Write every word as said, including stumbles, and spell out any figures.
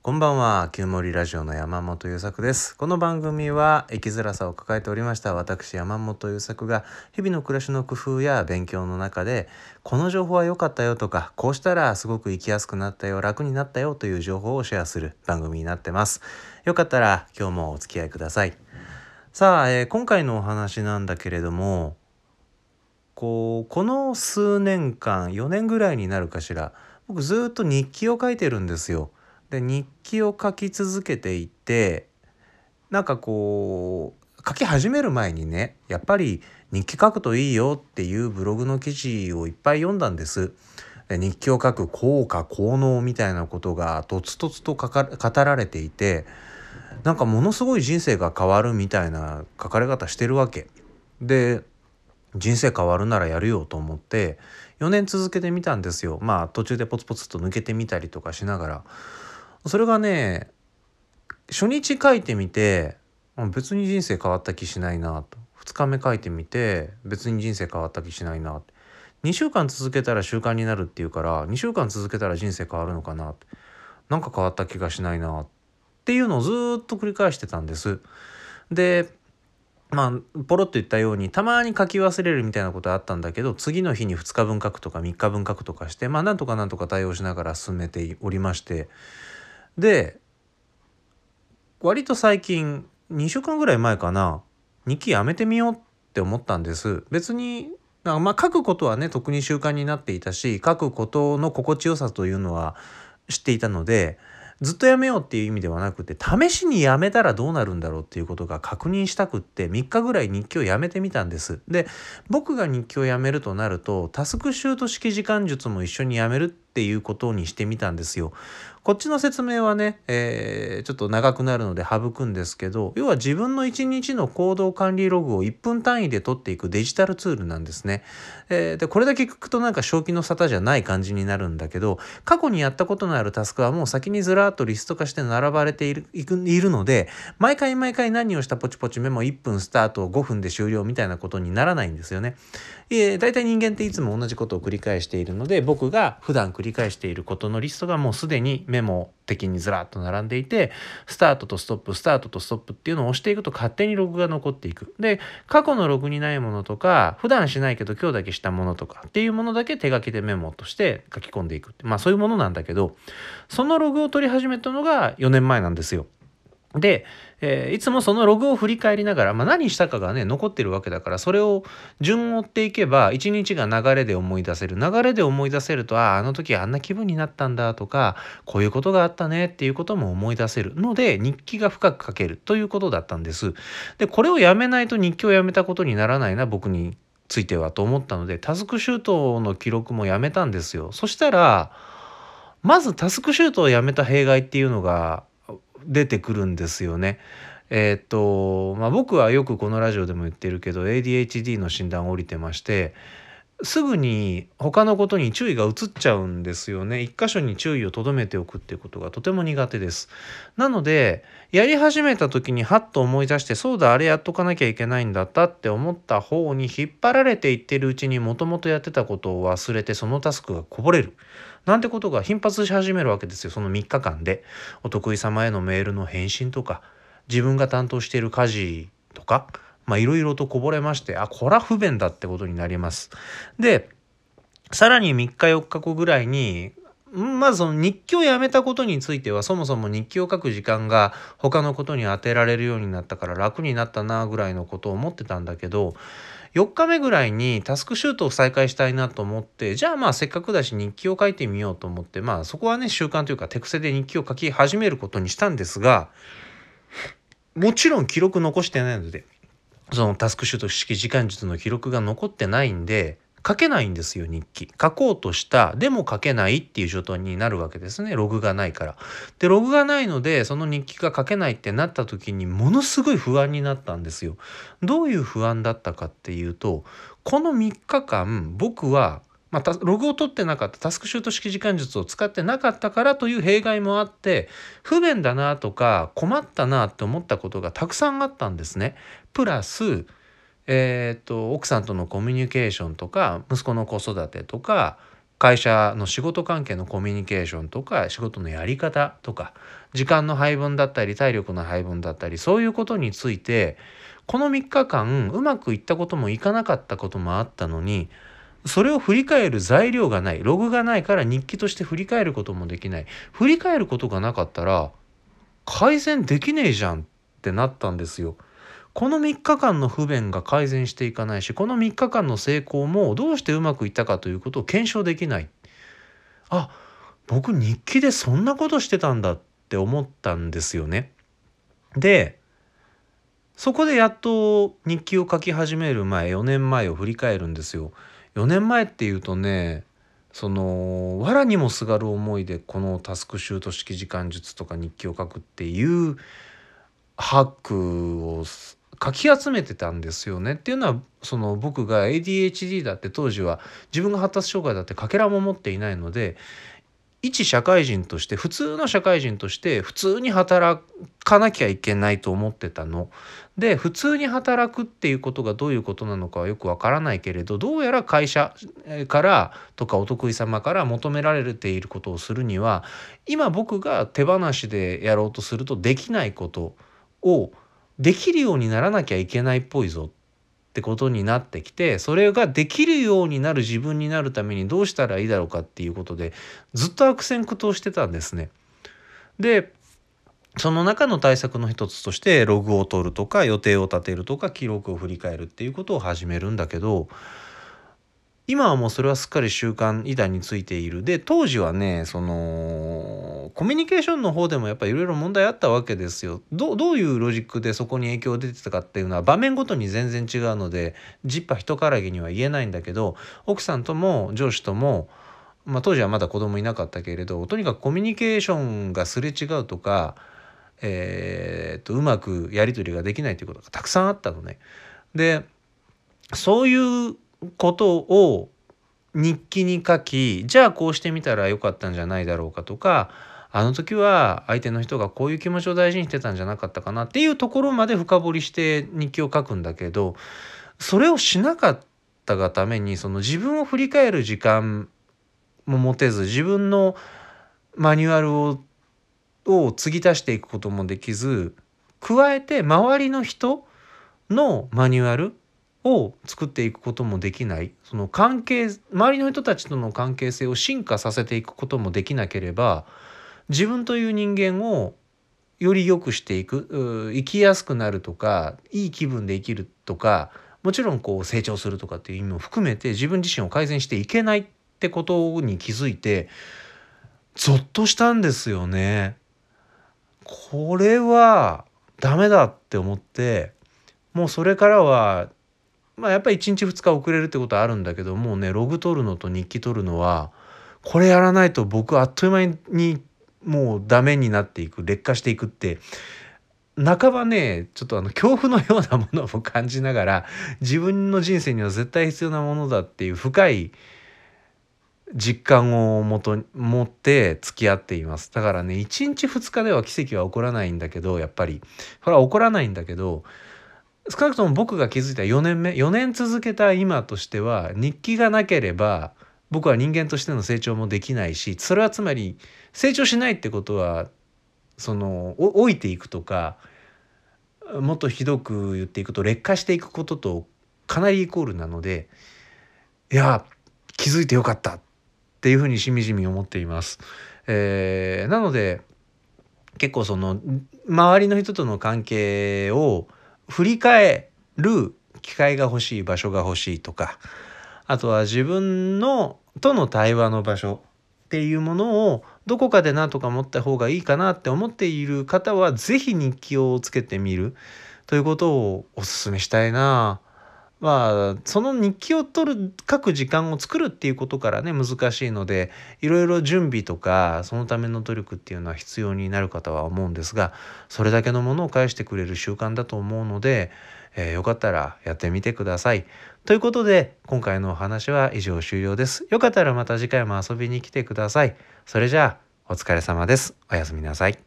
こんばんは、旧森ラジオの山本優作です。この番組は生きづらさを抱えておりました私山本優作が日々の暮らしの工夫や勉強の中でこの情報は良かったよとか、こうしたらすごく生きやすくなったよ、楽になったよという情報をシェアする番組になってます。よかったら今日もお付き合いください。さあ、えー今回のお話なんだけれども、こうこの数年間よねんぐらいになるかしら、僕ずっと日記を書いてるんですよ。で日記を書き続けていて、なんかこう書き始める前にね、やっぱり日記書くといいよっていうブログの記事をいっぱい読んだんです。で日記を書く効果効能みたいなことがとつとつと書か語られていて、なんかものすごい人生が変わるみたいな書かれ方してるわけで、人生変わるならやるよと思ってよねん続けてみたんですよ。まあ途中でポツポツと抜けてみたりとかしながら、それがね、初日書いてみてあ別に人生変わった気しないなと、ふつかめ書いてみて別に人生変わった気しないな、にしゅうかん続けたら習慣になるっていうからにしゅうかん続けたら人生変わるのかな、なんか変わった気がしないなっていうのをずーっと繰り返してたんです。でまあポロッと言ったようにたまに書き忘れるみたいなことあったんだけど、次の日にふつかぶん書くとかみっかぶん書くとかして、まあなんとかなんとか対応しながら進めておりまして、で割と最近にしゅうかんぐらい前かな、日記やめてみようって思ったんです。別にまあ書くことはね特に習慣になっていたし、書くことの心地よさというのは知っていたので、ずっとやめようっていう意味ではなくて、試しにやめたらどうなるんだろうっていうことが確認したくってみっかぐらい日記をやめてみたんです。で僕が日記をやめるとなると、タスクシュート式時間術も一緒にやめるっていうことにしてみたんですよ。こっちの説明はね、えーちょっと長くなるので省くんですけど、要は自分のいちにちの行動管理ログをいっぷん単位で取っていくデジタルツールなんですね。えーでこれだけ聞くとなんか正気の沙汰じゃない感じになるんだけど、過去にやったことのあるタスクはもう先にずらーっとリスト化して並ばれているいくいるので、毎回毎回何をしたポチポチメモいっぷんスタートごふんで終了みたいなことにならないんですよね。えー、大体人間っていつも同じことを繰り返しているので、僕が普段繰り返していることのリストがもうすでにメモ的にずらっと並んでいて、スタートとストップスタートとストップっていうのを押していくと勝手にログが残っていく。で過去のログにないものとか、普段しないけど今日だけしたものとかっていうものだけ手書きでメモとして書き込んでいくって、まあそういうものなんだけど、そのログを取り始めたのがよねんまえなんですよ。で、えーいつもそのログを振り返りながら、まあ、何したかがね残ってるわけだから、それを順を追っていけば一日が流れで思い出せる。流れで思い出せると、あああの時あんな気分になったんだとか、こういうことがあったねっていうことも思い出せるので、日記が深く書けるということだったんです。でこれをやめないと日記をやめたことにならないな、僕についてはと思ったので、タスクシュートの記録もやめたんですよ。そしたらまずタスクシュートをやめた弊害っていうのが出てくるんですよね。えーっとまあ僕はよくこのラジオでも言ってるけど エーディーエイチディー の診断を降りてまして、すぐに他のことに注意が移っちゃうんですよね。一箇所に注意を留めておくっていうことがとても苦手です。なのでやり始めた時にハッと思い出して、そうだあれやっとかなきゃいけないんだったって思った方に引っ張られていってるうちに、もともとやってたことを忘れてそのタスクがこぼれるなんてことが頻発し始めるわけですよ。そのみっかかんでお得意様へのメールの返信とか、自分が担当している家事とか、まあいろいろとこぼれまして、あこれは不便だってことになります。でさらにみっかよっかごぐらいに、まずその日記をやめたことについては、そもそも日記を書く時間が他のことに当てられるようになったから楽になったなぐらいのことを思ってたんだけど、よっかめぐらいにタスクシュートを再開したいなと思って、じゃあまあせっかくだし日記を書いてみようと思って、まあそこはね習慣というか手癖で日記を書き始めることにしたんですが、もちろん記録残してないので、そのタスクシュート式時間術の記録が残ってないんで書けないんですよ。日記書こうとしたでも書けないっていう状態になるわけですね。ログがないから。でログがないのでその日記が書けないってなった時にものすごい不安になったんですよ。どういう不安だったかっていうと、このみっかかん僕はまあ、ログを取ってなかった、タスクシュート式時間術を使ってなかったからという弊害もあって、不便だなとか困ったなって思ったことがたくさんあったんですね。プラス、えー、と奥さんとのコミュニケーションとか息子の子育てとか会社の仕事関係のコミュニケーションとか仕事のやり方とか時間の配分だったり体力の配分だったり、そういうことについてこのみっかかんうまくいったこともいかなかったこともあったのに、それを振り返る材料がない、ログがないから日記として振り返ることもできない。振り返ることがなかったら改善できねえじゃんってなったんですよ。このみっかかんの不便が改善していかないし、このみっかかんの成功もどうしてうまくいったかということを検証できない。あ、僕日記でそんなことしてたんだって思ったんですよね。で、そこでやっと日記を書き始める前、よねんまえを振り返るんですよ。よねんまえっていうとね、その藁にもすがる思いでこのタスクシュート式時間術とか日記を書くっていうハックを書き集めてたんですよね。っていうのは、その僕が エーディーエイチディー だって当時は自分が発達障害だってかけらも持っていないので、一社会人として普通の社会人として普通に働かなきゃいけないと思ってたので、普通に働くっていうことがどういうことなのかはよくわからないけれど、どうやら会社からとかお得意様から求められていることをするには、今僕が手放しでやろうとするとできないことをできるようにならなきゃいけないっぽいぞってことになってきて、それができるようになる自分になるためにどうしたらいいだろうかっていうことでずっと悪戦苦闘してたんですね。で、その中の対策の一つとしてログを取るとか予定を立てるとか記録を振り返るっていうことを始めるんだけど、今はもうそれはすっかり習慣板についている。で、当時はね、そのコミュニケーションの方でもやっぱりいろいろ問題あったわけですよ。どう、どういうロジックでそこに影響が出てたかっていうのは場面ごとに全然違うので、ジッパ一からげには言えないんだけど、奥さんとも上司とも、まあ、当時はまだ子供いなかったけれど、とにかくコミュニケーションがすれ違うとか、えー、とうまくやり取りができないということがたくさんあったのね。で、そういうことを日記に書き、じゃあこうしてみたらよかったんじゃないだろうかとか、あの時は相手の人がこういう気持ちを大事にしてたんじゃなかったかなっていうところまで深掘りして日記を書くんだけど、それをしなかったがために、その自分を振り返る時間も持てず、自分のマニュアルをを継ぎ足していくこともできず、加えて周りの人のマニュアルを作っていくこともできない。その関係、周りの人たちとの関係性を進化させていくこともできなければ、自分という人間をより良くしていく、生きやすくなるとか、いい気分で生きるとか、もちろんこう成長するとかっていう意味も含めて自分自身を改善していけないってことに気づいて、ゾッとしたんですよね。これはダメだって思って、もうそれからはまあやっぱりいちにちふつか遅れるってことはあるんだけど、もうね、ログ取るのと日記取るのはこれやらないと僕あっという間にもうダメになっていく、劣化していくって、半ばねちょっとあの恐怖のようなものを感じながら、自分の人生には絶対必要なものだっていう深い実感をもと持って付き合っています。だからね、いちにちふつかでは奇跡は起こらないんだけど、やっぱりこれは起こらないんだけど、少なくとも僕が気づいたよねんめ、よねん続けた今としては、日記がなければ僕は人間としての成長もできないし、それはつまり成長しないってことは、その老いていくとか、もっとひどく言っていくと劣化していくこととかなりイコールなので、いや気づいてよかったっていうふうにしみじみ思っています。えーなので結構その周りの人との関係を振り返る機会が欲しい、場所が欲しいとか、あとは自分のとの対話の場所っていうものをどこかで何とか持った方がいいかなって思っている方は、ぜひ日記をつけてみるということをお勧めしたいな。まあその日記を取る書く時間を作るっていうことからね、難しいので、いろいろ準備とかそのための努力っていうのは必要になるかとは思うんですが、それだけのものを返してくれる習慣だと思うので、えーよかったらやってみてください。ということで今回のお話は以上終了です。よかったらまた次回も遊びに来てください。それじゃあお疲れ様です。おやすみなさい。